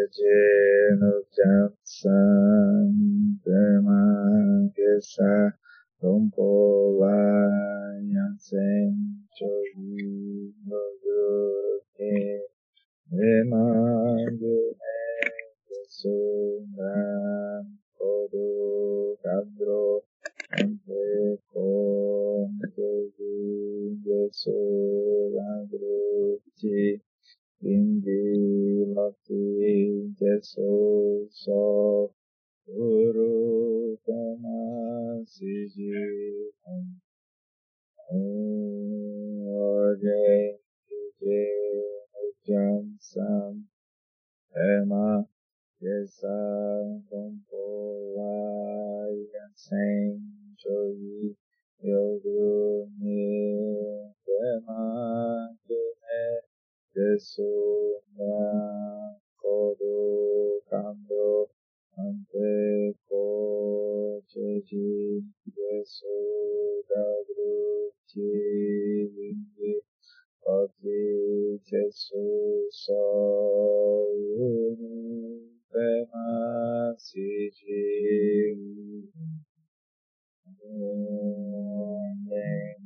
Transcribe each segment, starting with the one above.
jeno jansam demangesa rompola yansen chogi nodoke demangene sundram kodo kadro ante kon chogi yeso agruchi Indi Lati Jeso So Guru Tama Siji Oje Je Jansam Ema Yesa Gompola Yansen Jogi Yogu Ni Ema Gene Jesu na kodo kando ante ko cheji Jesu dabruti lingi pati Jesu so uni tema siji Amen.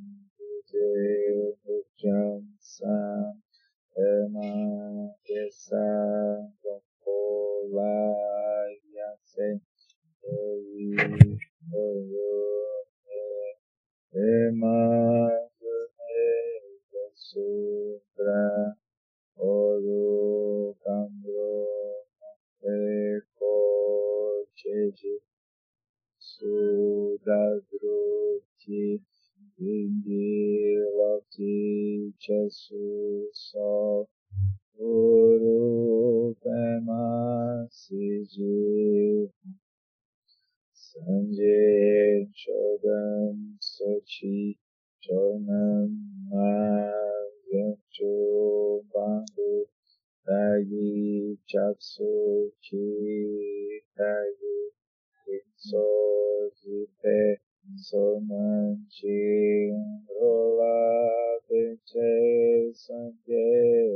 Jansan Ema Kesa Gompola Yansen Oi Ema Gene Sudra Oru Kandro Eko Cheji Sudadruti Indi Lati Jesu So Guru Pema Siji Sanje Chodan Sochi Chonam Mayanchu Bangu Dagi Chapsu Chi Dagi Ikso Jipe Sonanchi Rola Peche Sanje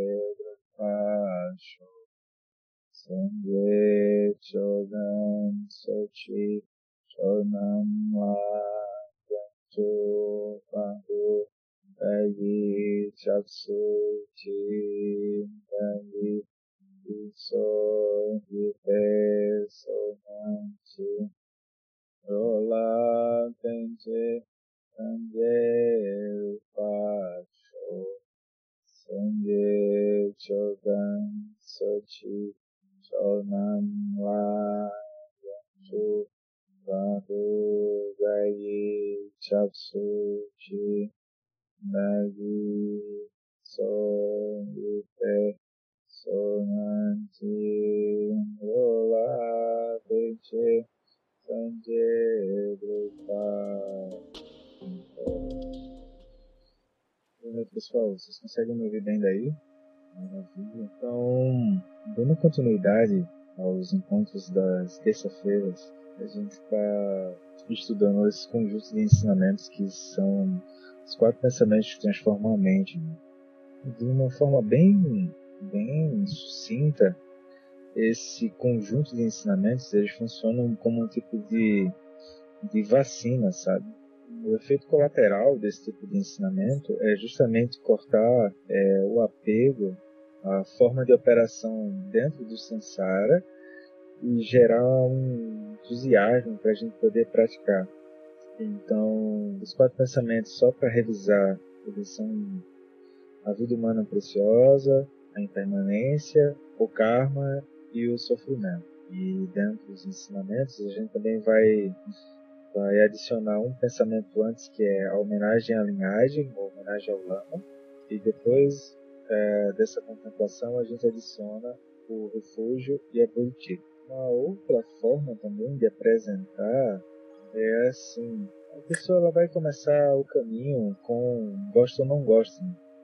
Pasho Sanje Chodan Sochi Chonam Mayanchu Bangu Dagi Chapsu Chi Dagi Ikso Jipe Sonanchi Rola Penche Sanje Pasho Sanje Chodan Sochi Chonam Layanchu Bangu Dagi Chapsu Chi Dagi Soyipe Sonanchi Rola Penche Sanje pessoal, vocês conseguem me ouvir bem daí? Maravilha. Então, dando continuidade aos encontros das terça-feiras, a gente está estudando esses conjuntos de ensinamentos que são os 4 pensamentos que transformam a mente. De uma forma bem sucinta, esse conjunto de ensinamentos eles funcionam como um tipo de vacina, sabe? O efeito colateral desse tipo de ensinamento é justamente cortar o apego, a forma de operação dentro do samsara e gerar um entusiasmo para a gente poder praticar. Então, os 4 pensamentos, só para revisar, eles são a vida humana preciosa, a impermanência, o karma e o sofrimento. E dentro dos ensinamentos, a gente também vai adicionar um pensamento antes, que é a homenagem à linhagem, a homenagem ao lama, e depois dessa contemplação a gente adiciona o refúgio e a bodhicitta. Uma outra forma também de apresentar é assim, a pessoa ela vai começar o caminho com gosta ou não gosta.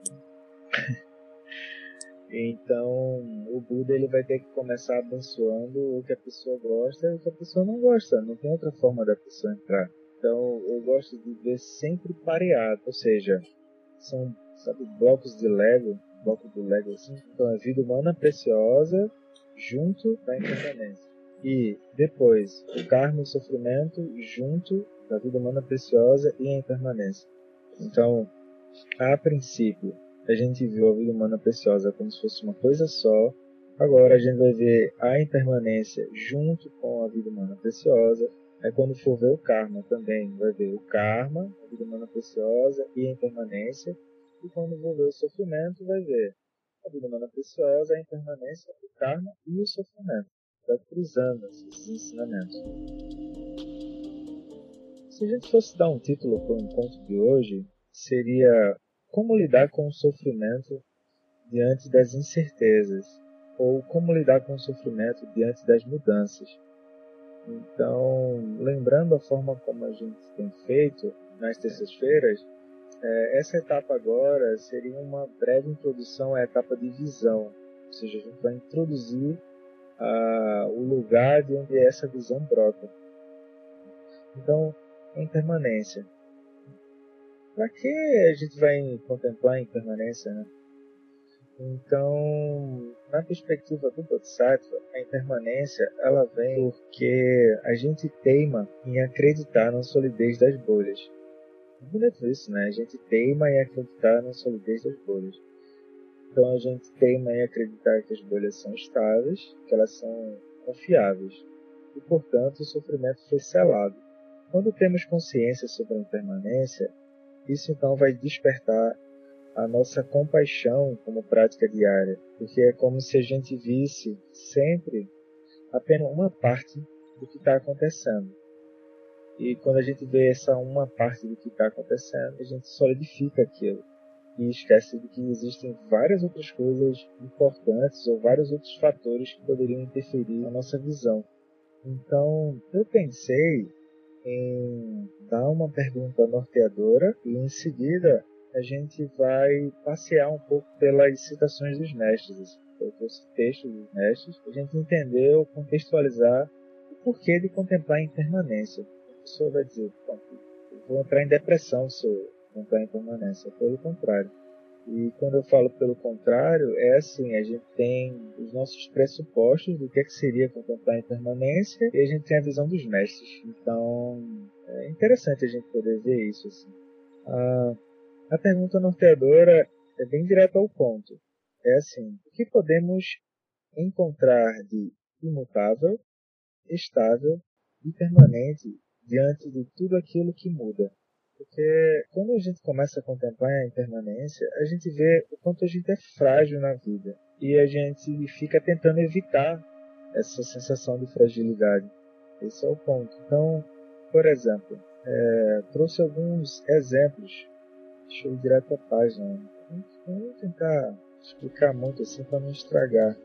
Então, o Buda ele vai ter que começar abençoando o que a pessoa gosta e o que a pessoa não gosta. Não tem outra forma da pessoa entrar. Então, eu gosto de ver sempre pareado. Ou seja, são, sabe, blocos de Lego, bloco do Lego assim. Então, a vida humana preciosa junto da impermanência. E depois, o karma e o sofrimento junto da vida humana preciosa e a impermanência. Então, a princípio, a gente viu a vida humana preciosa como se fosse uma coisa só. Agora a gente vai ver a impermanência junto com a vida humana preciosa. Aí quando for ver o karma também, vai ver o karma, a vida humana preciosa e a impermanência. E quando for ver o sofrimento, vai ver a vida humana preciosa, a impermanência, o karma e o sofrimento. Vai cruzando esses ensinamentos. Se a gente fosse dar um título para o encontro de hoje, seria Como lidar com o sofrimento diante das incertezas, ou como lidar com o sofrimento diante das mudanças. Então, lembrando a forma como a gente tem feito nas terças-feiras, essa etapa agora seria uma breve introdução à etapa de visão, ou seja, a gente vai introduzir o lugar de onde essa visão brota. Então, a impermanência. Para que a gente vai contemplar a impermanência, né? Então, na perspectiva do Bodhisattva, a impermanência ela vem porque a gente teima em acreditar na solidez das bolhas. É bonito isso, né? A gente teima em acreditar na solidez das bolhas. Então a gente teima em acreditar que as bolhas são estáveis, que elas são confiáveis. E, portanto, o sofrimento foi selado. Quando temos consciência sobre a impermanência, isso então vai despertar a nossa compaixão como prática diária, porque é como se a gente visse sempre apenas uma parte do que está acontecendo. E quando a gente vê essa uma parte do que está acontecendo, a gente solidifica aquilo e esquece de que existem várias outras coisas importantes ou vários outros fatores que poderiam interferir na nossa visão. Então, eu pensei em dar uma pergunta norteadora e em seguida a gente vai passear um pouco pelas citações dos mestres. Eu trouxe textos dos mestres para a gente entender ou contextualizar o porquê de contemplar a impermanência. A pessoa vai dizer, eu vou entrar em depressão se eu contemplar a impermanência. Pelo contrário. E quando eu falo pelo contrário, é assim, a gente tem os nossos pressupostos do que seria contemplar a impermanência e a gente tem a visão dos mestres. Então, é interessante a gente poder ver isso. Assim. A pergunta norteadora é bem direta ao ponto. É assim, o que podemos encontrar de imutável, estável e permanente diante de tudo aquilo que muda? Porque quando a gente começa a contemplar a impermanência, a gente vê o quanto a gente é frágil na vida. E a gente fica tentando evitar essa sensação de fragilidade. Esse é o ponto. Então, por exemplo, trouxe alguns exemplos. Deixa eu ir direto à página. Eu vou tentar explicar muito assim para não estragar.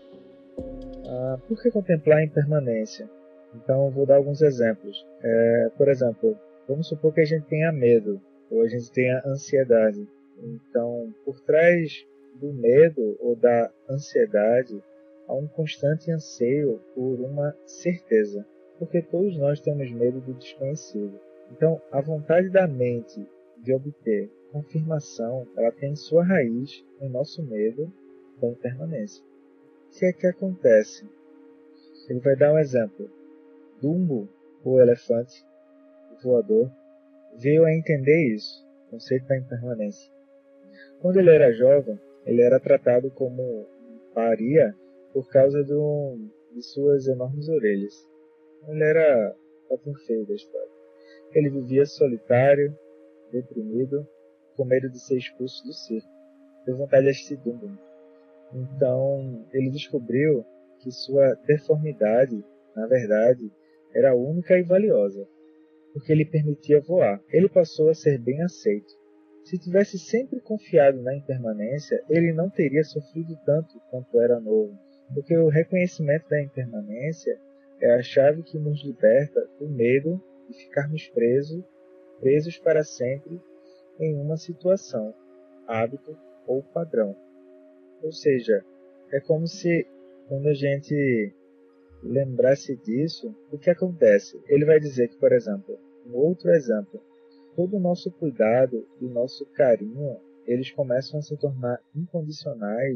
Por que contemplar a impermanência? Então, eu vou dar alguns exemplos. Por exemplo, vamos supor que a gente tenha medo ou a gente tenha ansiedade. Então, por trás do medo ou da ansiedade, há um constante anseio por uma certeza, porque todos nós temos medo do desconhecido. Então, a vontade da mente de obter confirmação, ela tem sua raiz em nosso medo da impermanência. O que é que acontece? Ele vai dar um exemplo. Dumbo, o elefante voador, veio a entender isso, o conceito da impermanência. Quando ele era jovem, ele era tratado como um paria por causa de suas enormes orelhas. Ele era o feio da história. Ele vivia solitário, deprimido, com medo de ser expulso do circo. Teve vontade de assistir Dumbo. Então, ele descobriu que sua deformidade, na verdade, era única e valiosa, porque lhe permitia voar. Ele passou a ser bem aceito. Se tivesse sempre confiado na impermanência, ele não teria sofrido tanto quanto era novo, porque o reconhecimento da impermanência é a chave que nos liberta do medo de ficarmos presos para sempre em uma situação, hábito ou padrão. Ou seja, é como se quando a gente lembrasse disso, o que acontece? Ele vai dizer que, por exemplo, um outro exemplo, todo o nosso cuidado e o nosso carinho, eles começam a se tornar incondicionais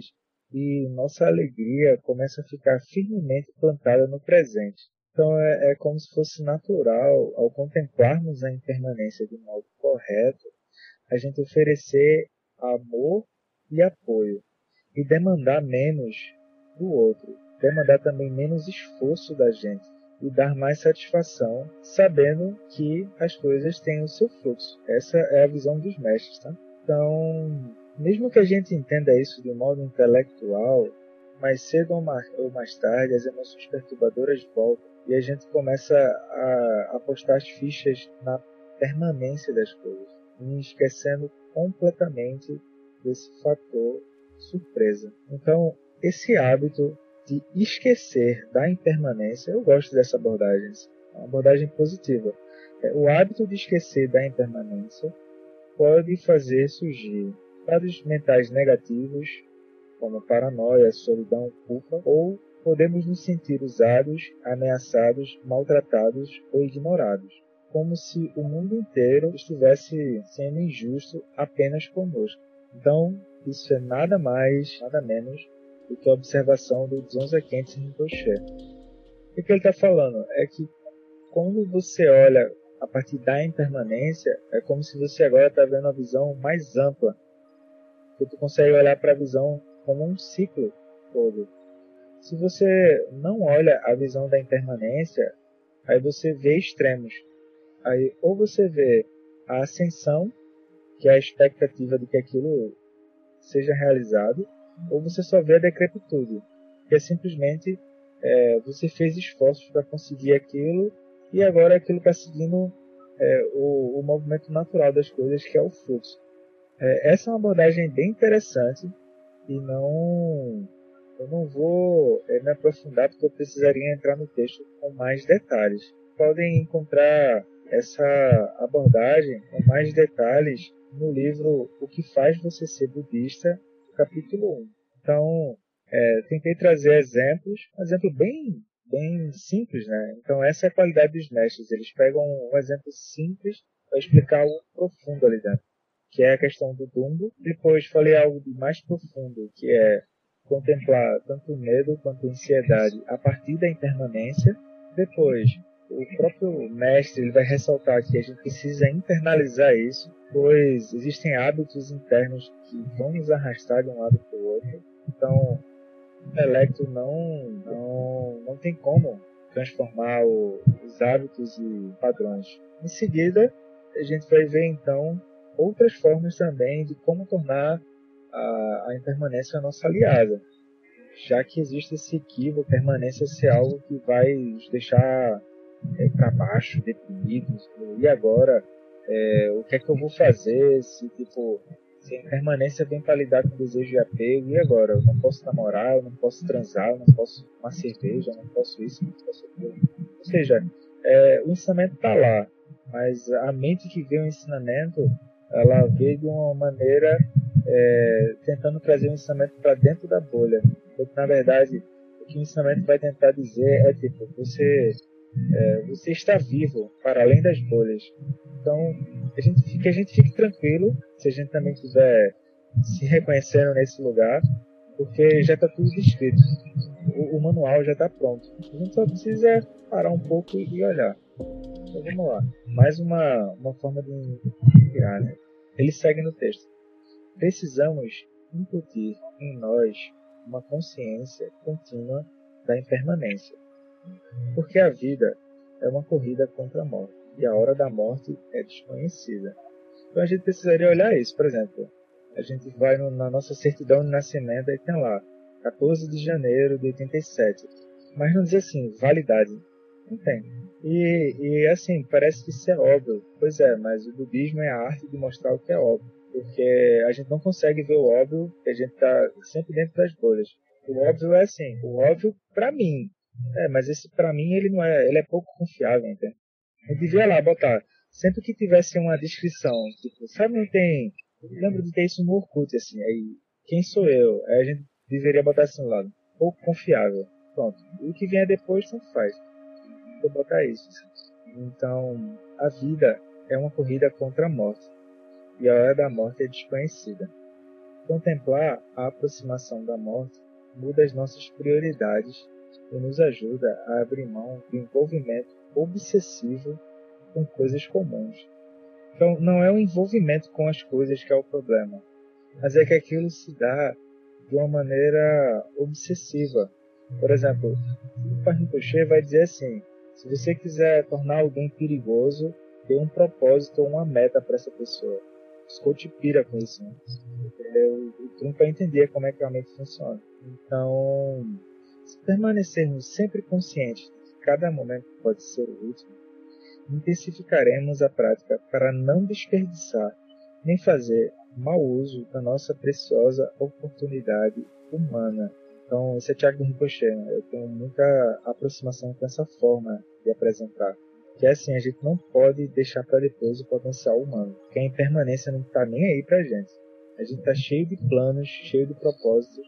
e nossa alegria começa a ficar firmemente plantada no presente. Então é como se fosse natural, ao contemplarmos a impermanência de modo correto, a gente oferecer amor e apoio e demandar menos do outro, demandar também menos esforço da gente e dar mais satisfação, sabendo que as coisas têm o seu fluxo. Essa é a visão dos mestres, tá? Então, mesmo que a gente entenda isso de um modo intelectual, mais cedo ou mais tarde as emoções perturbadoras voltam e a gente começa a apostar as fichas na permanência das coisas, e esquecendo completamente desse fator surpresa. Então, esse hábito de esquecer da impermanência, eu gosto dessa abordagem, é uma abordagem positiva. O hábito de esquecer da impermanência pode fazer surgir estados mentais negativos, como paranoia, solidão, culpa, ou podemos nos sentir usados, ameaçados, maltratados ou ignorados, como se o mundo inteiro estivesse sendo injusto apenas conosco. Então, isso é nada mais, nada menos do que a observação do Dzongzha Khyentse Rinpoche. O que ele está falando? É que quando você olha a partir da impermanência, é como se você agora está vendo a visão mais ampla, que tu consegue olhar para a visão como um ciclo todo. Se você não olha a visão da impermanência, aí você vê extremos. Aí ou você vê a ascensão, que é a expectativa de que aquilo seja realizado, ou você só vê a decrepitude, que é simplesmente você fez esforços para conseguir aquilo e agora aquilo está seguindo o movimento natural das coisas, que é o fluxo. Essa é uma abordagem bem interessante e eu não vou me aprofundar porque eu precisaria entrar no texto com mais detalhes. Podem encontrar essa abordagem com mais detalhes no livro O que faz você ser budista, capítulo 1. Então, tentei trazer exemplos, um exemplo bem simples, né? Então, essa é a qualidade dos mestres. Eles pegam um exemplo simples para explicar algo profundo ali dentro, que é a questão do Dumbo. Depois falei algo de mais profundo, que é contemplar tanto o medo quanto a ansiedade a partir da impermanência. Depois, o próprio mestre ele vai ressaltar que a gente precisa internalizar isso, pois existem hábitos internos que vão nos arrastar de um lado para o outro. Então, o intelecto não tem como transformar os hábitos e padrões. Em seguida, a gente vai ver então outras formas também de como tornar a impermanência a nossa aliada, já que existe esse equívoco, permanência ser algo que vai nos deixar para baixo, deprimidos. E agora, o que é que eu vou fazer se a impermanência vem para lidar com desejo e apego? E agora? Eu não posso namorar, eu não posso transar, eu não posso tomar cerveja, eu não posso isso, eu não posso aquilo. Ou seja, o ensinamento está lá, mas a mente que vê o ensinamento, ela vê de uma maneira tentando trazer o ensinamento para dentro da bolha. Porque, na verdade, o que o ensinamento vai tentar dizer é tipo, você está vivo para além das bolhas. Então, que a gente fique tranquilo se a gente também estiver se reconhecendo nesse lugar, porque já está tudo descrito. O manual já está pronto. A gente só precisa parar um pouco e olhar. Então vamos lá. Mais uma forma de criar, né? Ele segue no texto. Precisamos incutir em nós uma consciência contínua da impermanência, porque a vida é uma corrida contra a morte e a hora da morte é desconhecida. Então a gente precisaria olhar isso. Por exemplo, a gente vai na nossa certidão de nascimento e tem lá 14 de janeiro de 87, mas não diz assim, validade. Não tem. E assim, parece que isso é óbvio. Pois é, mas o budismo é a arte de mostrar o que é óbvio. Porque a gente não consegue ver o óbvio, porque a gente está sempre dentro das bolhas. O óbvio é assim, o óbvio para mim. Mas esse para mim ele é pouco confiável, entende? Eu devia lá botar, sempre que tivesse uma descrição, tipo, sabe, não tem. Eu lembro de ter isso no Orkut, assim, aí, quem sou eu? Aí a gente deveria botar assim do lado, pouco confiável. Pronto. E o que vier depois, tanto faz. Vou botar isso. Então, a vida é uma corrida contra a morte. E a hora da morte é desconhecida. Contemplar a aproximação da morte muda as nossas prioridades e nos ajuda a abrir mão do envolvimento obsessivo com coisas comuns. Então, não é o envolvimento com as coisas que é o problema, mas é que aquilo se dá de uma maneira obsessiva. Por exemplo, o Rinpoche vai dizer assim: se você quiser tornar alguém perigoso, dê um propósito ou uma meta para essa pessoa. Os coach pira com isso, né? O Trumpa entender como é que realmente funciona. Então, se permanecermos sempre conscientes de que cada momento pode ser o último, intensificaremos a prática para não desperdiçar nem fazer mau uso da nossa preciosa oportunidade humana. Então, esse é Thiago Rinpoche, né? Eu tenho muita aproximação com essa forma de apresentar. Que é assim, a gente não pode deixar para depois o potencial humano, porque a impermanência não está nem aí para a gente. A gente está cheio de planos, cheio de propósitos,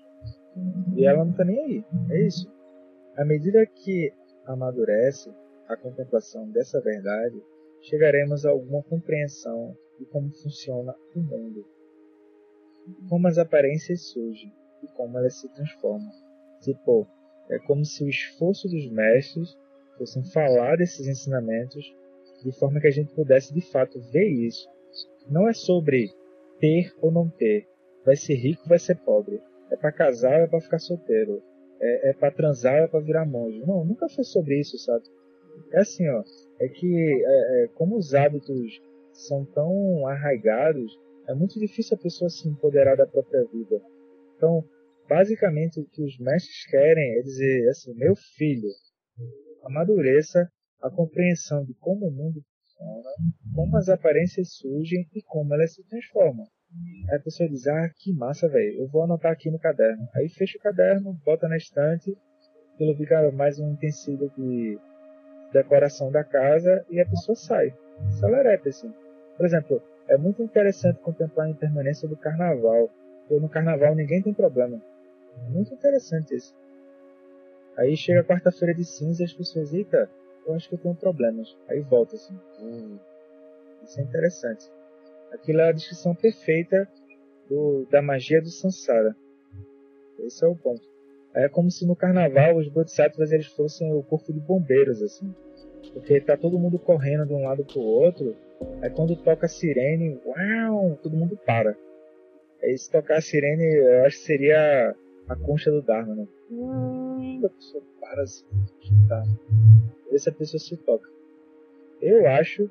e ela não está nem aí. É isso. À medida que amadurece a contemplação dessa verdade, chegaremos a alguma compreensão de como funciona o mundo, como as aparências surgem e como elas se transformam. Tipo, é como se o esforço dos mestres fossem falar desses ensinamentos de forma que a gente pudesse de fato ver isso. Não é sobre ter ou não ter, vai ser rico, vai ser pobre, é para casar, é para ficar solteiro, é para transar, é para virar monge. Não, nunca foi sobre isso, sabe? É assim, ó, é que como os hábitos são tão arraigados, é muito difícil a pessoa se empoderar da própria vida. Então, basicamente, o que os mestres querem é dizer assim: meu filho, amadureça a compreensão de como o mundo funciona, como as aparências surgem e como elas se transformam. Aí a pessoa diz: ah, que massa, velho, eu vou anotar aqui no caderno. Aí fecha o caderno, bota na estante, aquilo fica mais um utensílio de decoração da casa e a pessoa sai. Salerete, assim. Por exemplo, é muito interessante contemplar a impermanência do carnaval. Porque no carnaval ninguém tem problema. Muito interessante isso. Aí chega quarta-feira de cinza e as pessoas, eita, eu acho que eu tenho problemas. Aí volta assim. Isso é interessante. Aquilo é a descrição perfeita da magia do Sansara. Esse é o ponto. É como se no carnaval os bodhisattvas eles fossem o corpo de bombeiros, assim. Porque tá todo mundo correndo de um lado pro outro. Aí quando toca a sirene, uau, todo mundo para. Aí se tocar a sirene, eu acho que seria a concha do Dharma, né? A pessoa para assim, tá. Essa pessoa se toca. Eu acho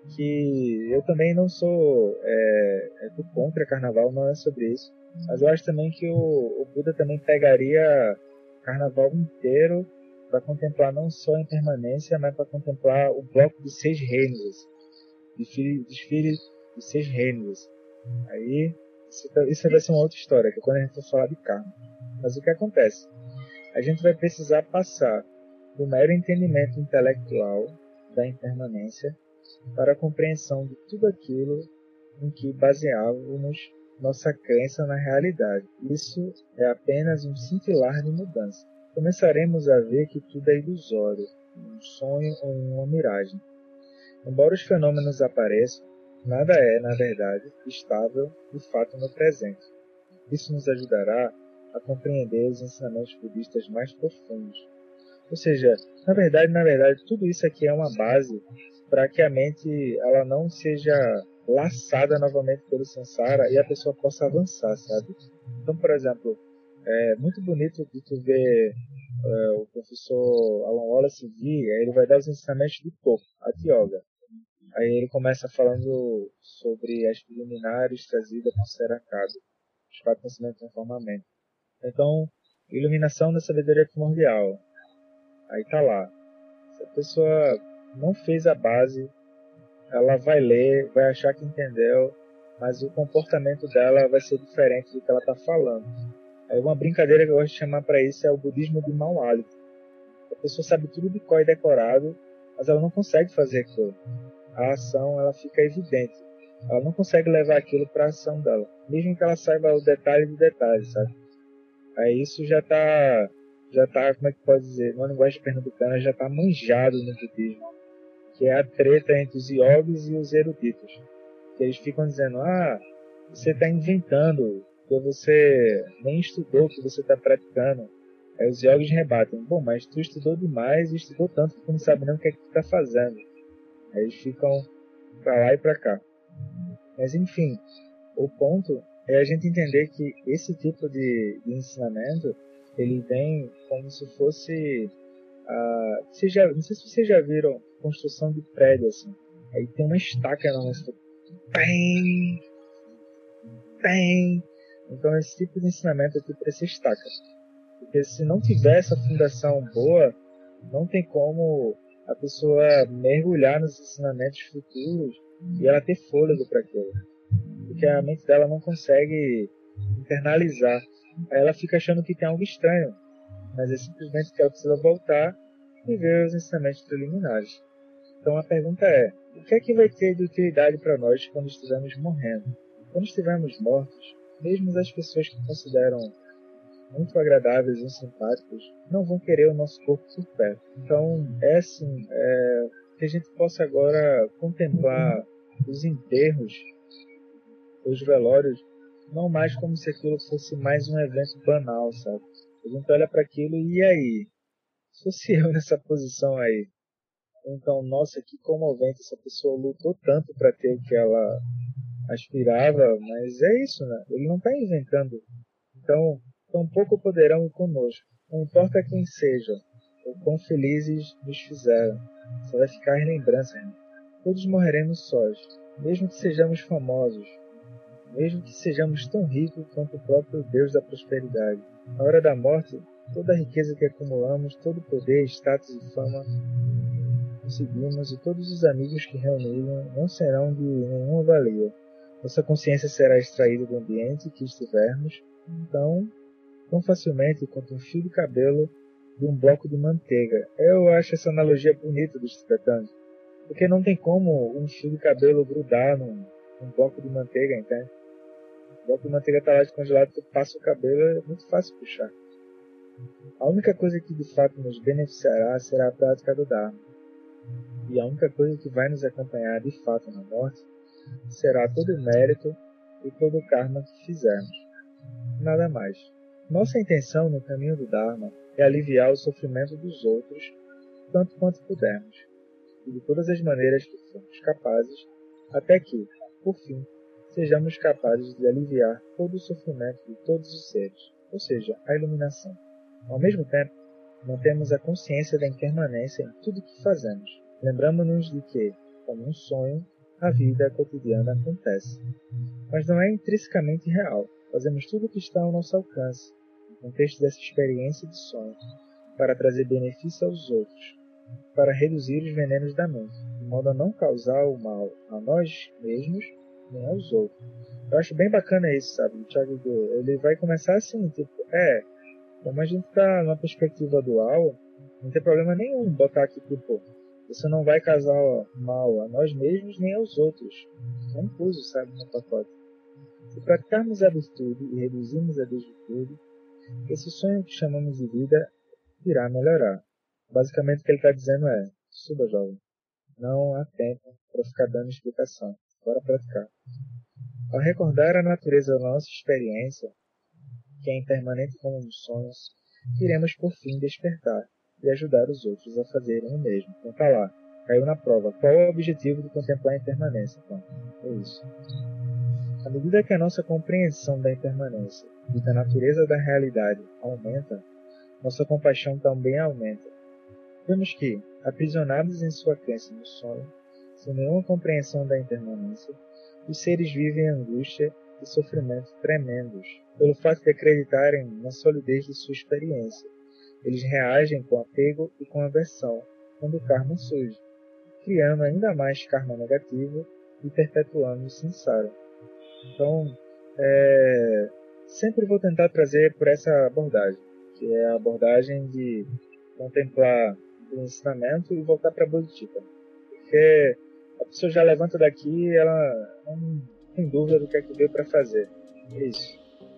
que eu também não sou do contra carnaval, não é sobre isso. Mas eu acho também que o Buda também pegaria o carnaval inteiro para contemplar não só a impermanência, mas para contemplar o bloco dos 6 reinos, assim. Desfile dos 6 reinos. Assim. Aí, isso vai ser uma outra história, que é quando a gente for falar de karma. Mas o que acontece? A gente vai precisar passar do mero entendimento intelectual da impermanência para a compreensão de tudo aquilo em que baseávamos nossa crença na realidade. Isso é apenas um cintilar de mudança. Começaremos a ver que tudo é ilusório, um sonho ou uma miragem. Embora os fenômenos apareçam, nada é, na verdade, estável de fato no presente. Isso nos ajudará a compreender os ensinamentos budistas mais profundos. Ou seja, na verdade, tudo isso aqui é uma base para que a mente ela não seja laçada novamente pelo samsara e a pessoa possa avançar, sabe? Então, por exemplo, é muito bonito de tu ver o professor Alan Wallace vir, aí ele vai dar os ensinamentos do topo, a yoga. Aí ele começa falando sobre as preliminares trazidas por Serakado, os 4 conhecimentos de transformamento. Então, iluminação da sabedoria primordial. Aí tá lá. Se a pessoa não fez a base, ela vai ler, vai achar que entendeu, mas o comportamento dela vai ser diferente do que ela está falando. Aí uma brincadeira que eu gosto de chamar para isso é o budismo de mau hálito. A pessoa sabe tudo de cor e decorado, mas ela não consegue fazer aquilo. A ação ela fica evidente. Ela não consegue levar aquilo para a ação dela, mesmo que ela saiba o detalhe do detalhe, sabe? Aí isso já tá, como é que pode dizer, numa linguagem pernambucana, já tá manjado no budismo, que é a treta entre os yogis e os eruditos. Que eles ficam dizendo, você está inventando, porque você nem estudou o que você está praticando. Aí os yogis rebatem, bom, mas tu estudou demais e estudou tanto que tu não sabe nem o que é que tu está fazendo. Aí eles ficam para lá e para cá. Mas enfim, o ponto é a gente entender que esse tipo de ensinamento, ele vem como se fosse... não sei se vocês já viram construção de prédio, assim. Aí tem uma estaca enorme, tem, tem. Então esse tipo de ensinamento é tipo essa estaca. Porque se não tiver essa fundação boa, não tem como a pessoa mergulhar nos ensinamentos futuros e ela ter fôlego para aquilo. Porque a mente dela não consegue internalizar. Aí ela fica achando que tem algo estranho. Mas é simplesmente que ela precisa voltar e ver os ensinamentos preliminares. Então a pergunta é, o que é que vai ter de utilidade para nós quando estivermos morrendo? Quando estivermos mortos, mesmo as pessoas que consideram muito agradáveis e simpáticos não vão querer o nosso corpo por perto. Então é assim, que a gente possa agora contemplar os enterros, os velórios, não mais como se aquilo fosse mais um evento banal, sabe? A gente olha para aquilo e aí? Se fosse eu nessa posição aí, então, nossa, que comovente, essa pessoa lutou tanto para ter o que ela aspirava, mas é isso, né? Ele não está inventando. Então, tampouco poderão ir conosco. Não importa quem sejam, ou quão felizes nos fizeram, só vai ficar em lembrança, né? Todos morreremos sós, mesmo que sejamos famosos, mesmo que sejamos tão ricos quanto o próprio Deus da prosperidade. Na hora da morte, toda a riqueza que acumulamos, todo o poder, status e fama conseguimos, e todos os amigos que reuniram não serão de nenhuma valia. Nossa consciência será extraída do ambiente que estivermos, tão facilmente quanto um fio de cabelo de um bloco de manteiga. Eu acho essa analogia bonita dos tibetanos, porque não tem como um fio de cabelo grudar num bloco de manteiga, entende? O bloco de manteiga está lá descongelado, tu passa o cabelo, é muito fácil puxar. A única coisa que de fato nos beneficiará será a prática do Dharma. E a única coisa que vai nos acompanhar de fato na morte será todo o mérito e todo o karma que fizermos. Nada mais. Nossa intenção no caminho do Dharma é aliviar o sofrimento dos outros tanto quanto pudermos, e de todas as maneiras que formos capazes, até que, por fim, sejamos capazes de aliviar todo o sofrimento de todos os seres, ou seja, a iluminação. Ao mesmo tempo, mantemos a consciência da impermanência em tudo o que fazemos. Lembramos-nos de que, como um sonho, a vida cotidiana acontece. Mas não é intrinsecamente real. Fazemos tudo o que está ao nosso alcance, no contexto dessa experiência de sonho, para trazer benefício aos outros, para reduzir os venenos da mente, de modo a não causar o mal a nós mesmos nem aos outros. Eu acho bem bacana isso, sabe? O Thiago, ele vai começar assim, tipo, como a gente está numa perspectiva dual, não tem problema nenhum botar aqui, tipo, você não vai causar mal a nós mesmos nem aos outros. É incluso, sabe, no pacote. Se praticarmos a virtude e reduzirmos a desvirtude, esse sonho que chamamos de vida irá melhorar. Basicamente o que ele está dizendo é, suba jovem, não há tempo para ficar dando explicação, bora praticar. Ao recordar a natureza da nossa experiência, que é impermanente como um sonho, iremos por fim despertar e ajudar os outros a fazerem o mesmo. Então tá lá, caiu na prova. Qual é o objetivo de contemplar a impermanência? Então, é isso. À medida que a nossa compreensão da impermanência e da natureza da realidade aumenta, nossa compaixão também aumenta. Vemos que, aprisionados em sua crença no sonho, sem nenhuma compreensão da impermanência, os seres vivem angústia e sofrimento tremendos, pelo fato de acreditarem na solidez de sua experiência. Eles reagem com apego e com aversão quando o karma surge, criando ainda mais karma negativo e perpetuando o samsara. Então, sempre vou tentar trazer por essa abordagem, que é a abordagem de contemplar o ensinamento e voltar para a Bodhicitta. Porque a pessoa já levanta daqui e ela não tem dúvida do que é que veio para fazer. É isso.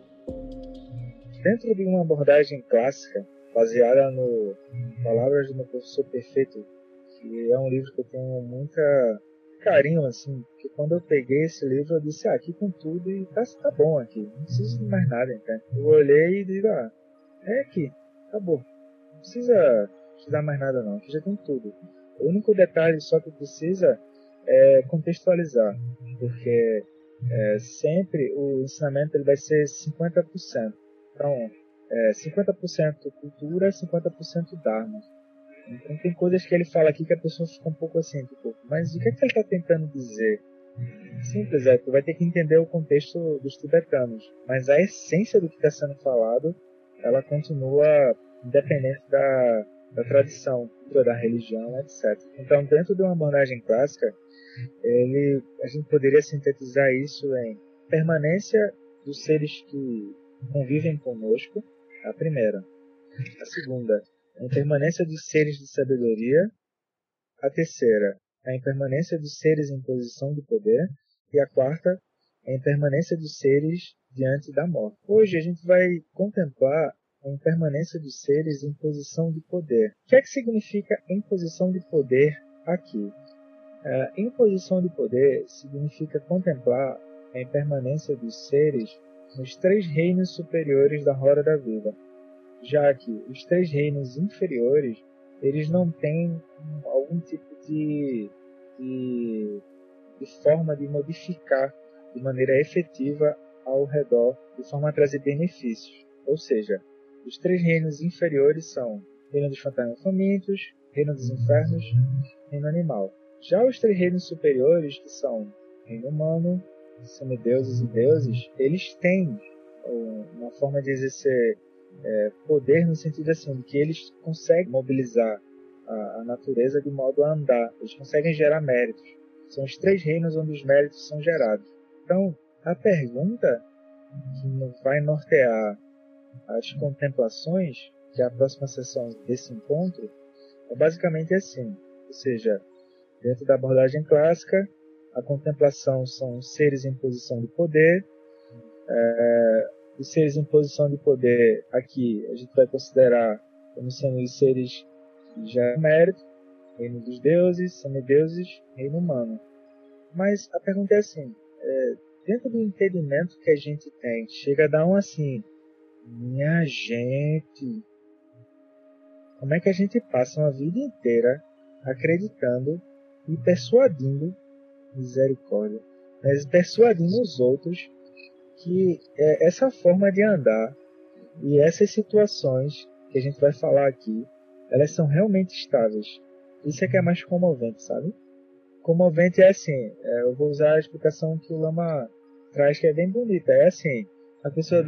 Dentro de uma abordagem clássica, baseada no Palavras do meu Professor Perfeito, que é um livro que eu tenho muita carinho, assim, que quando eu peguei esse livro, eu disse, aqui com tudo e tá bom aqui, não preciso de mais nada, então. Eu olhei e digo, é aqui, acabou. Não precisa estudar mais nada não, aqui já tem tudo. O único detalhe só que precisa é contextualizar, porque sempre o ensinamento ele vai ser 50%. Então, 50% cultura, 50% Dharma. Então tem coisas que ele fala aqui que a pessoa fica um pouco assim, tipo, mas o que é que ele está tentando dizer? Simples, tu vai ter que entender o contexto dos tibetanos, mas a essência do que está sendo falado, ela continua independente da tradição, da religião, etc. Então, dentro de uma abordagem clássica, a gente poderia sintetizar isso em permanência dos seres que convivem conosco, a primeira. A segunda, a impermanência dos seres de sabedoria. A terceira, a impermanência dos seres em posição de poder. E a quarta, a impermanência dos seres diante da morte. Hoje a gente vai contemplar a impermanência dos seres em posição de poder. O que é que significa em posição de poder aqui? Em posição de poder significa contemplar a impermanência dos seres nos 3 reinos superiores da roda da vida, já que os 3 reinos inferiores eles não têm algum tipo de forma de modificar de maneira efetiva ao redor, de forma a trazer benefícios. Ou seja, os 3 reinos inferiores são Reino dos Fantasmas Famintos, Reino dos Infernos, Reino Animal. Já os 3 reinos superiores, que são Reino Humano, Semideuses e Deuses, eles têm uma forma de exercer poder no sentido assim, de que eles conseguem mobilizar a natureza de modo a andar, eles conseguem gerar méritos. São os 3 reinos onde os méritos são gerados. Então, a pergunta que vai nortear as contemplações, que é a próxima sessão desse encontro, é basicamente assim, ou seja, dentro da abordagem clássica, a contemplação são seres em posição de poder. Os seres em posição de poder, aqui a gente vai considerar como sendo os seres que já mérito, reino dos deuses, semideuses, reino humano. Mas a pergunta é assim, dentro do entendimento que a gente tem, chega a dar um assim, minha gente, como é que a gente passa uma vida inteira acreditando e persuadindo, misericórdia, mas persuadindo os outros que essa forma de andar e essas situações que a gente vai falar aqui, elas são realmente estáveis. Isso é que é mais comovente, sabe? Comovente é assim, eu vou usar a explicação que o Lama traz, que é bem bonita. É assim, a pessoa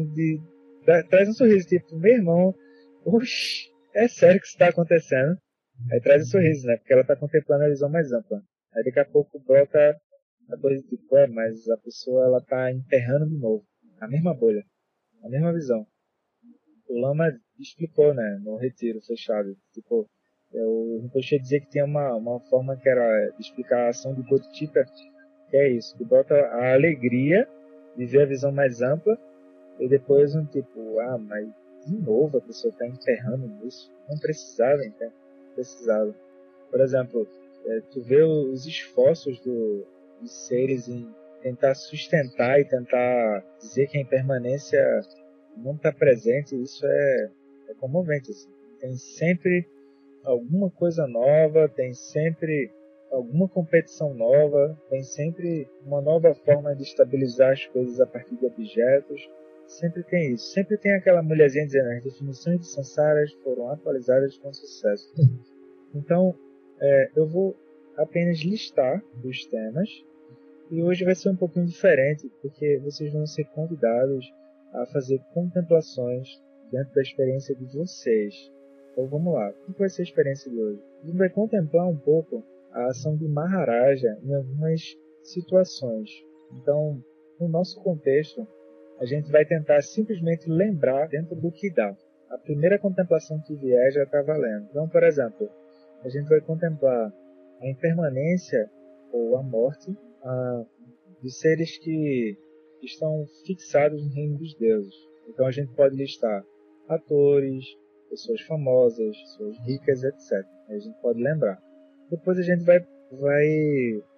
traz um sorriso, tipo, meu irmão, oxi, é sério que isso está acontecendo? Aí traz um sorriso, né? Porque ela está contemplando a visão mais ampla. Aí daqui a pouco brota a coisa tipo, mas a pessoa ela tá enterrando de novo. A mesma bolha, a mesma visão. O Lama explicou, né, no retiro fechado. Tipo, o Rinpoche dizia que tinha uma forma que era de explicar a ação do Bodhicitta, que é isso, que brota a alegria de ver a visão mais ampla e depois um tipo, mas de novo a pessoa está enterrando nisso. Não precisava, então. Precisava. Por exemplo, tu vê os esforços dos seres em tentar sustentar e tentar dizer que a impermanência não está presente, isso é comovente. Assim. Tem sempre alguma coisa nova, tem sempre alguma competição nova, tem sempre uma nova forma de estabilizar as coisas a partir de objetos. Sempre tem isso. Sempre tem aquela mulherzinha dizendo as definições de samsaras foram atualizadas com sucesso. Então, eu vou apenas listar os temas e hoje vai ser um pouquinho diferente, porque vocês vão ser convidados a fazer contemplações dentro da experiência de vocês. Então vamos lá, o que vai ser a experiência de hoje? A gente vai contemplar um pouco a ação de Maharaja em algumas situações. Então, no nosso contexto, a gente vai tentar simplesmente lembrar dentro do que dá. A primeira contemplação que vier já está valendo. Então, por exemplo, a gente vai contemplar a impermanência ou a morte de seres que estão fixados no reino dos deuses. Então a gente pode listar atores, pessoas famosas, pessoas ricas, etc. A gente pode lembrar. Depois a gente vai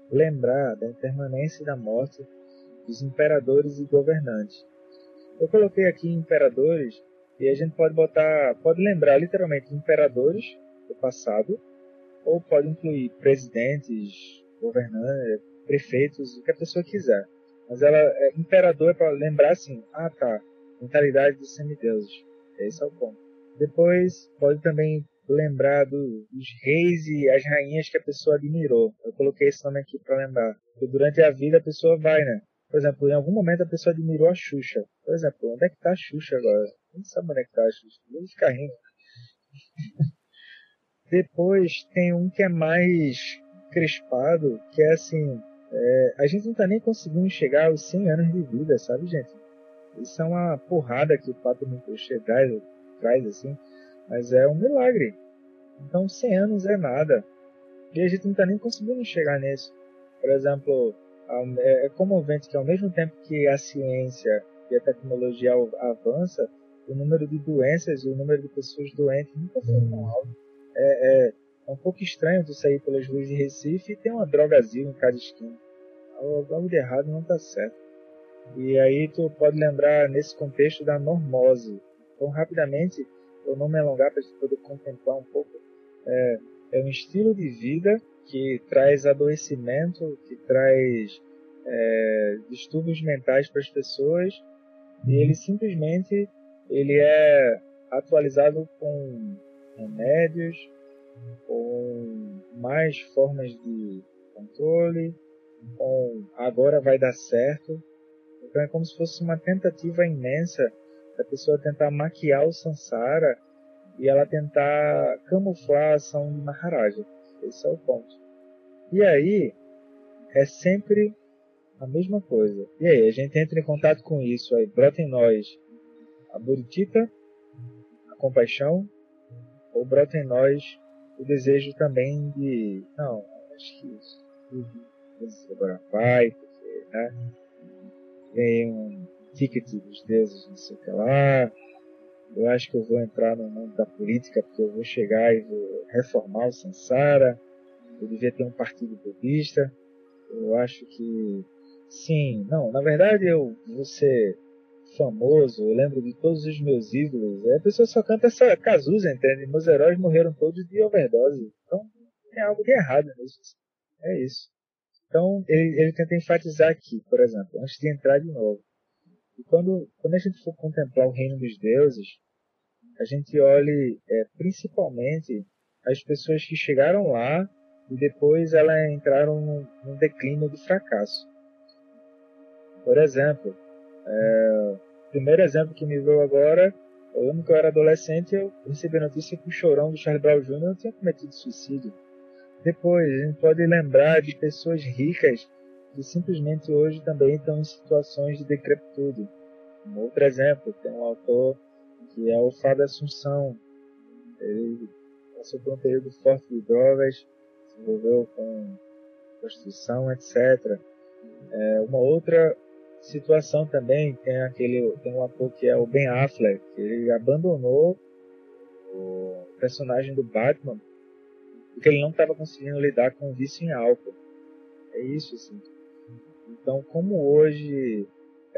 lembrar da impermanência e da morte dos imperadores e governantes. Eu coloquei aqui imperadores e a gente pode lembrar literalmente imperadores do passado, ou pode incluir presidentes, governantes, prefeitos, o que a pessoa quiser. Mas imperador é para lembrar assim, tá, mentalidade dos semideuses. Esse é o ponto. Depois pode também lembrar dos reis e as rainhas que a pessoa admirou. Eu coloquei esse nome aqui para lembrar. Porque durante a vida a pessoa vai, né? Por exemplo, em algum momento a pessoa admirou a Xuxa. Por exemplo, onde é que está a Xuxa agora? Não sabe onde é que está a Xuxa. Vou ficar rindo. Depois tem um que é mais crespado, que é assim, a gente não está nem conseguindo chegar aos 100 anos de vida, sabe, gente? Isso é uma porrada que o Pato Rinpoche traz, assim, mas é um milagre. Então 100 anos é nada. E a gente não está nem conseguindo chegar nisso. Por exemplo, é comovente que ao mesmo tempo que a ciência e a tecnologia avança, o número de doenças e o número de pessoas doentes nunca foi tão alto. É um pouco estranho tu sair pelas ruas de Recife e ter uma drogazil em cada esquina. Algo de errado não está certo. E aí tu pode lembrar nesse contexto da normose. Então, rapidamente, eu não me alongar para a gente poder contemplar um pouco, é um estilo de vida que traz adoecimento, que traz distúrbios mentais para as pessoas, e ele é atualizado com remédios, com mais formas de controle, com agora vai dar certo. Então é como se fosse uma tentativa imensa da pessoa tentar maquiar o Sansara e ela tentar camuflar a ação de Maharaja. Esse é o ponto. E aí é sempre a mesma coisa. E aí a gente entra em contato com isso, aí brota em nós a Bodhicitta, a compaixão, ou brota em nós o desejo também de, não, acho que isso agora vai, porque, né, vem um ticket dos deuses, não sei o que lá, eu acho que eu vou entrar no mundo da política porque eu vou chegar e vou reformar o Sansara, eu devia ter um partido budista, eu acho que, sim, não, na verdade eu vou ser famoso, eu lembro de todos os meus ídolos. A pessoa só canta essa Cazuza, entende? Meus heróis morreram todos de overdose. Então tem algo de errado nisso. É isso. Então ele tenta enfatizar aqui, por exemplo, antes de entrar de novo. E quando a gente for contemplar o reino dos deuses, a gente olhe principalmente as pessoas que chegaram lá e depois elas entraram num declínio de fracasso. Por exemplo, o primeiro exemplo que me veio agora, eu lembro que eu era adolescente e eu recebi a notícia que o Chorão do Charlie Brown Jr. tinha cometido suicídio. Depois, a gente pode lembrar de pessoas ricas que simplesmente hoje também estão em situações de decrepitude. Um outro exemplo, tem um autor que é o Fábio Assunção. Ele passou por um período forte de drogas, se envolveu com prostituição, etc. Uma outra situação também, tem um ator que é o Ben Affleck, que ele abandonou o personagem do Batman porque ele não estava conseguindo lidar com o vício em álcool. É isso, assim. Então, como hoje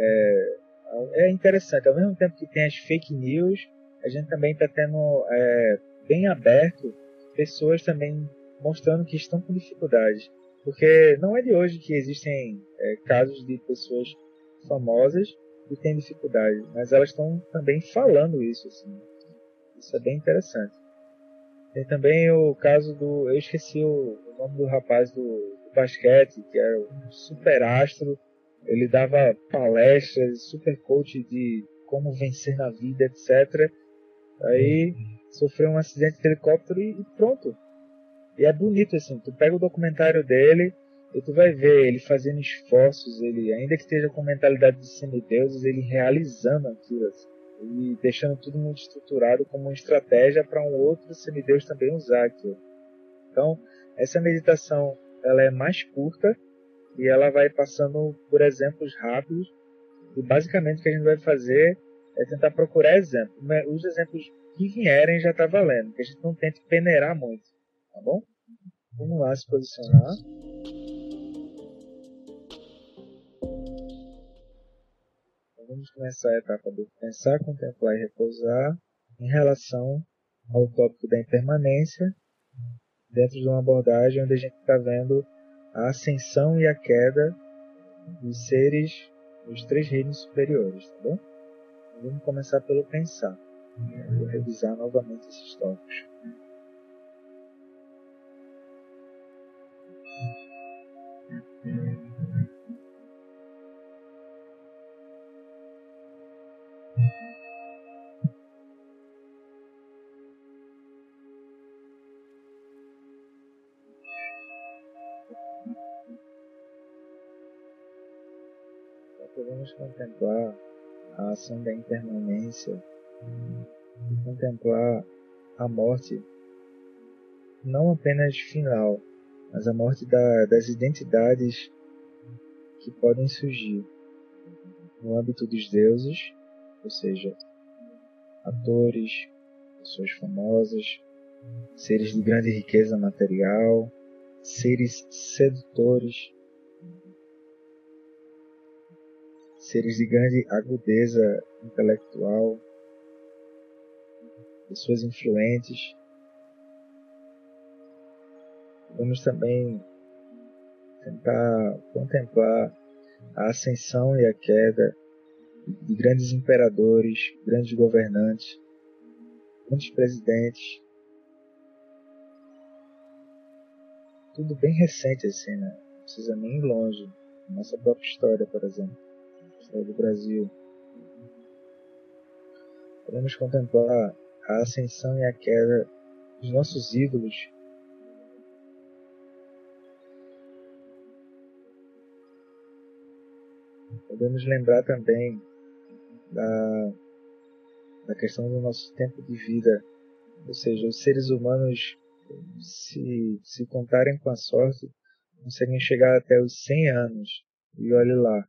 é interessante, ao mesmo tempo que tem as fake news, a gente também está tendo bem aberto pessoas também mostrando que estão com dificuldades. Porque não é de hoje que existem casos de pessoas famosas que têm dificuldade, mas elas estão também falando isso, assim. Isso é bem interessante. Tem também o caso eu esqueci o nome do rapaz do basquete, que era um super astro. Ele dava palestras, super coach de como vencer na vida, etc. Aí sofreu um acidente de helicóptero e pronto. E é bonito, assim, tu pega o documentário dele e tu vai ver ele fazendo esforços, ele, ainda que esteja com mentalidade de semideuses, ele realizando aquilo, assim, e deixando tudo muito estruturado como uma estratégia para um outro semideus também usar aquilo. Então, essa meditação, ela é mais curta e ela vai passando por exemplos rápidos, e basicamente o que a gente vai fazer é tentar procurar exemplos. Os exemplos que vierem já está valendo, que a gente não tente peneirar muito, tá bom? Vamos lá se posicionar. Vamos começar a etapa do pensar, contemplar e repousar em relação ao tópico da impermanência, dentro de uma abordagem onde a gente está vendo a ascensão e a queda dos seres dos 3 reinos superiores, tá bom? Vamos começar pelo pensar. Vou revisar novamente esses tópicos. Podemos contemplar a ação da impermanência e contemplar a morte não apenas final, mas a morte das identidades que podem surgir no âmbito dos deuses, ou seja, atores, pessoas famosas, seres de grande riqueza material, seres sedutores, seres de grande agudeza intelectual, pessoas influentes. Vamos também tentar contemplar a ascensão e a queda de grandes imperadores, grandes governantes, grandes presidentes. Tudo bem recente assim, né? Não precisa nem ir longe. Nossa própria história, por exemplo. A história do Brasil. Podemos contemplar a ascensão e a queda dos nossos ídolos. Podemos lembrar também da questão do nosso tempo de vida, ou seja, os seres humanos, se contarem com a sorte, conseguem chegar até os 100 anos, e olhe lá.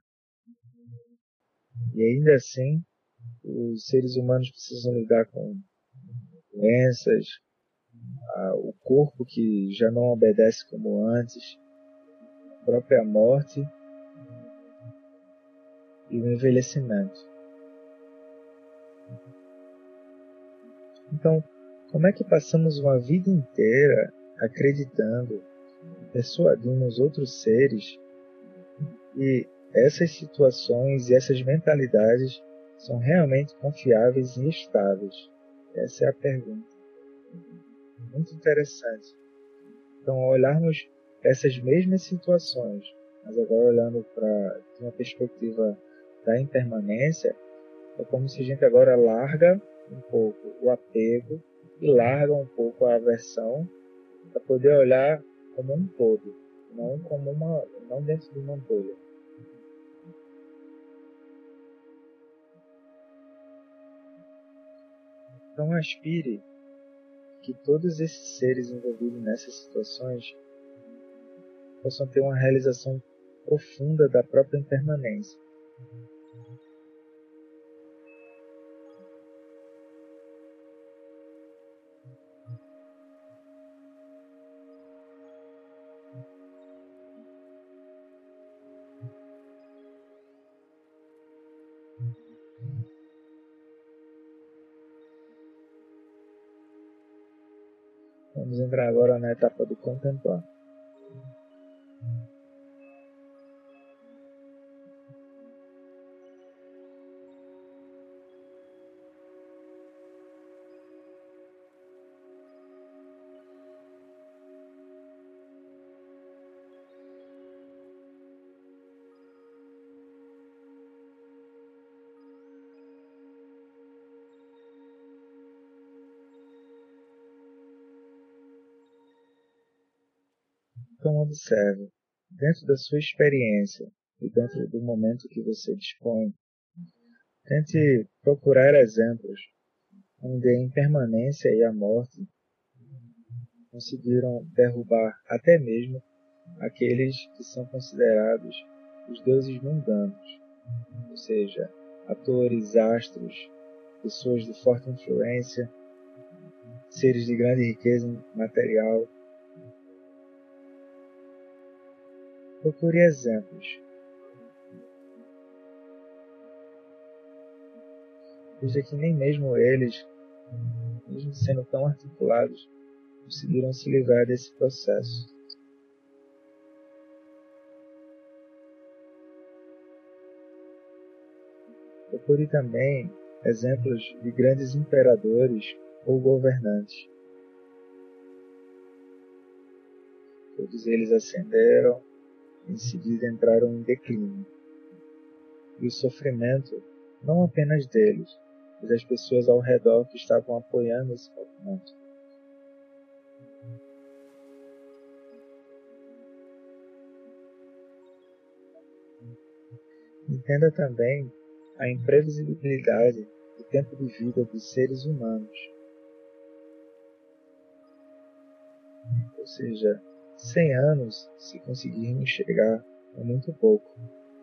E ainda assim, os seres humanos precisam lidar com doenças, o corpo que já não obedece como antes, a própria morte e o envelhecimento. Então, como é que passamos uma vida inteira acreditando, persuadindo os outros seres que essas situações e essas mentalidades são realmente confiáveis e estáveis? Essa é a pergunta. Muito interessante. Então, ao olharmos essas mesmas situações, mas agora olhando para uma perspectiva da impermanência, é como se a gente agora larga um pouco o apego e larga um pouco a aversão para poder olhar como um todo, não dentro de uma bolha. Então aspire que todos esses seres envolvidos nessas situações possam ter uma realização profunda da própria impermanência. Vamos entrar agora na etapa do contemplar. Então observe, dentro da sua experiência e dentro do momento que você dispõe, tente procurar exemplos onde a impermanência e a morte conseguiram derrubar até mesmo aqueles que são considerados os deuses mundanos, ou seja, atores, astros, pessoas de forte influência, seres de grande riqueza material. Procure exemplos. desde que nem mesmo eles, mesmo sendo tão articulados, conseguiram se livrar desse processo. Procure também exemplos de grandes imperadores ou governantes. Todos eles ascenderam e em seguida entraram em declínio. E o sofrimento, não apenas deles, mas das pessoas ao redor que estavam apoiando esse movimento. Entenda também a imprevisibilidade do tempo de vida dos seres humanos. Ou seja, 100 anos, se conseguirmos chegar, é muito pouco.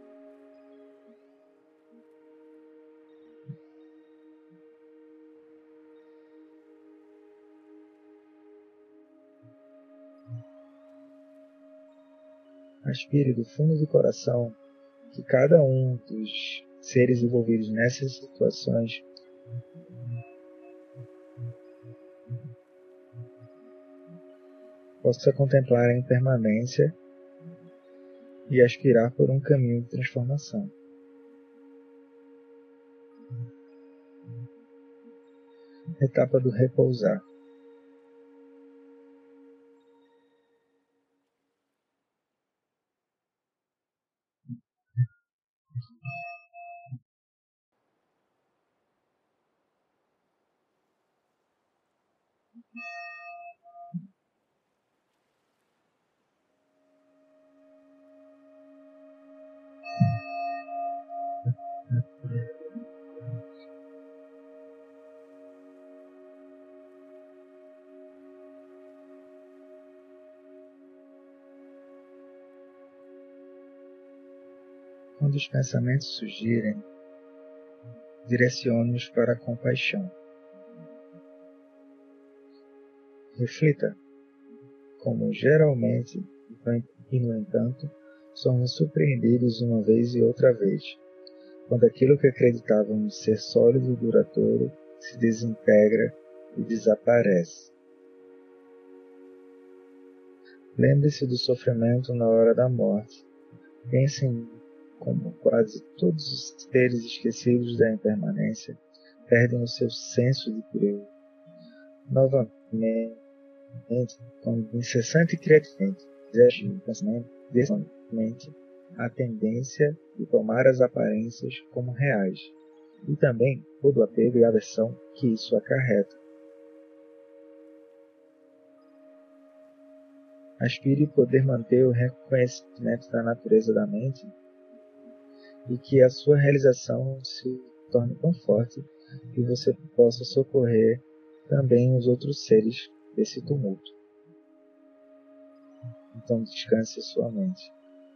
Aspire do fundo do coração que cada um dos seres envolvidos nessas situações possa contemplar a impermanência e aspirar por um caminho de transformação. Etapa do repousar. Quando os pensamentos surgirem, direcione-os para a compaixão. Reflita como geralmente e, no entanto, somos surpreendidos uma vez e outra vez, quando aquilo que acreditávamos ser sólido e duradouro se desintegra e desaparece. Lembre-se do sofrimento na hora da morte. Pensem como quase todos os seres esquecidos da impermanência perdem o seu senso de perigo. Novamente, com incessante criatividade, exerce o pensamento desmente a tendência de tomar as aparências como reais, e também todo o apego e aversão que isso acarreta. Aspire poder manter o reconhecimento da natureza da mente e que a sua realização se torne tão forte que você possa socorrer também os outros seres desse tumulto. Então descanse sua mente.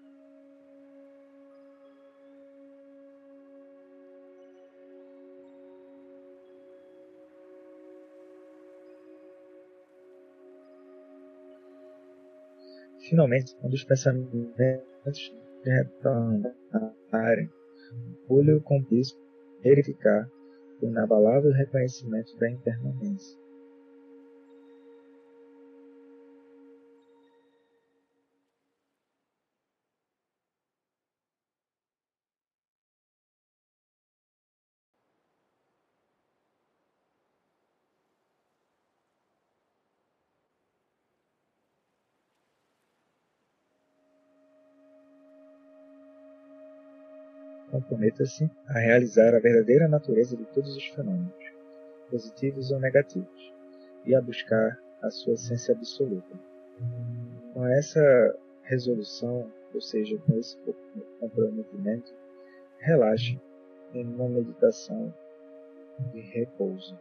Finalmente, quando os pensamentos retornarem, olhe o compromisso verificar o inabalável reconhecimento da impermanência. Comprometa-se a realizar a verdadeira natureza de todos os fenômenos, positivos ou negativos, e a buscar a sua essência absoluta. Com essa resolução, ou seja, com esse comprometimento, relaxe em uma meditação de repouso.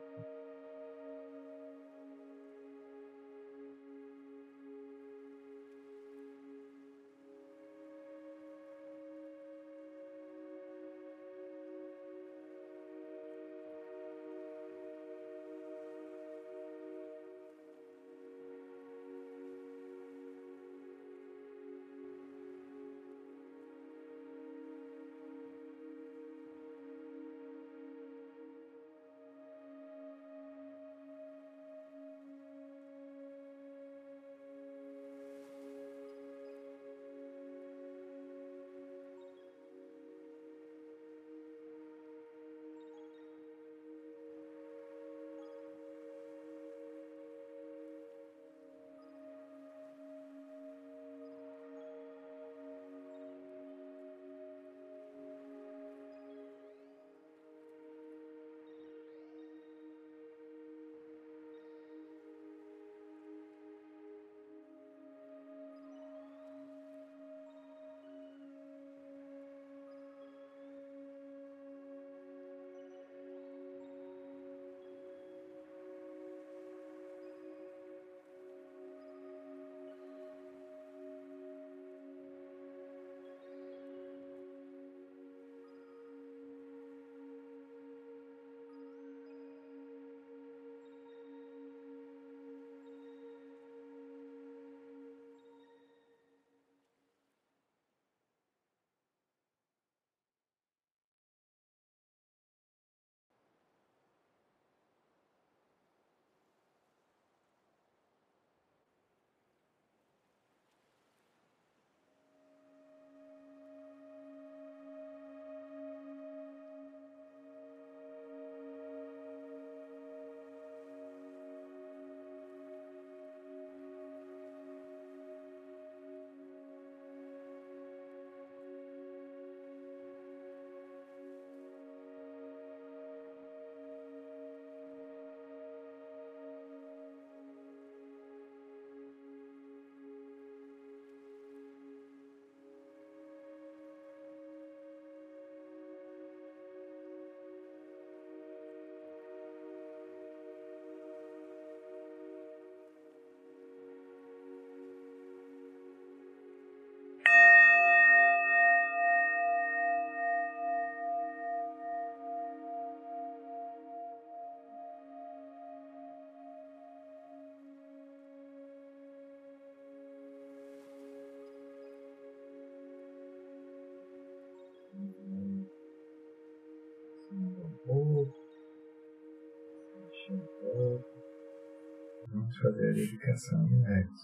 fazer a dedicação de méritos.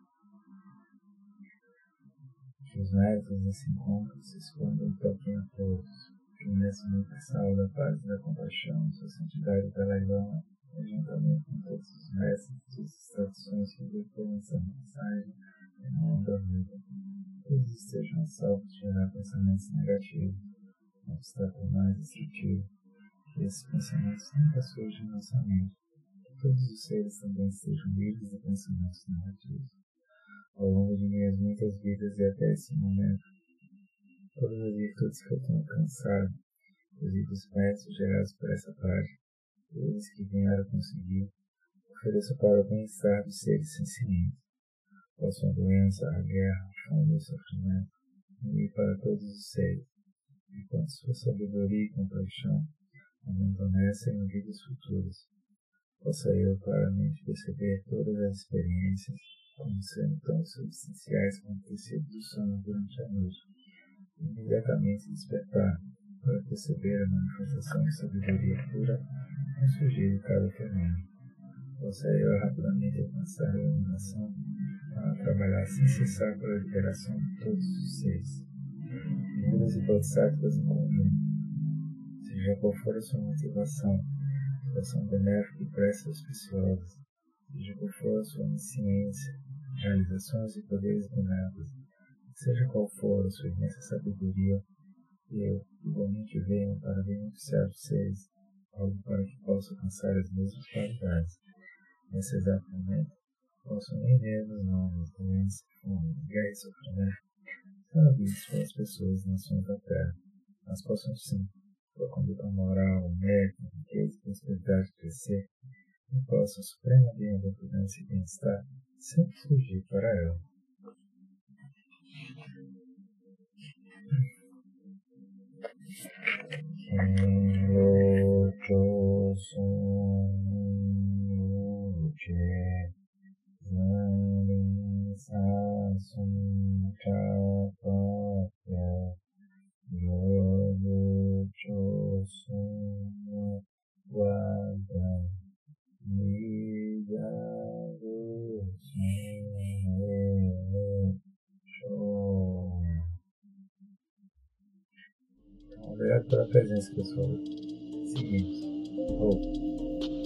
Que os méritos desse encontro se expandam e toquem a todos. Que o mestre universal da paz e da compaixão, sua santidade Dalai Lama, juntamente com todos os mestres de suas tradições que virtuam essa mensagem em nome da vida, todos estejam a salvo de gerar pensamentos negativos, um obstáculo mais destrutivo, que esses pensamentos nunca surjam em nossa mente, que todos os seres também estejam livres de pensamentos negativos. Ao longo de minhas muitas vidas e até esse momento, todas as virtudes que eu tenho alcançado, inclusive os méritos gerados por essa prática, eles que vieram conseguir, ofereço para o bem-estar dos seres sencientes. Posso a doença, a guerra, a fome e o sofrimento, e para todos os seres, enquanto sua sabedoria e compaixão aumentam nessa e em vidas futuras. Possa eu claramente perceber todas as experiências como sendo tão substanciais como o tecido do sono durante a noite, e imediatamente despertar para perceber a manifestação de sabedoria pura no surgir de cada fenômeno. Possa eu rapidamente alcançar a iluminação para trabalhar sem cessar pela liberação de todos os seres, Budas e Bodhisattvas em conjunto. Seja qual for a sua motivação, situação benéfica e preces auspiciosas, seja qual for a sua onisciência, realizações e poderes benéficos, seja qual for a sua imensa sabedoria, eu igualmente venho para beneficiar os seres, algo para que possa alcançar as mesmas qualidades. Nesse exato momento, possam nem mesmo os nomes, doenças, fome, guerra e sofrimento ser havidos pelas pessoas e nações da Terra, mas possam sim, pela conduta moral, mérito, riqueza e prosperidade crescer, e possam suprema bem-aventurança e bem-estar sempre surgir para ela. Lo cho sum che zanin sa sum cha pa ya lo cho sum wa da ni da gu sum cho. Obrigado pela presença, pessoal. Seguimos.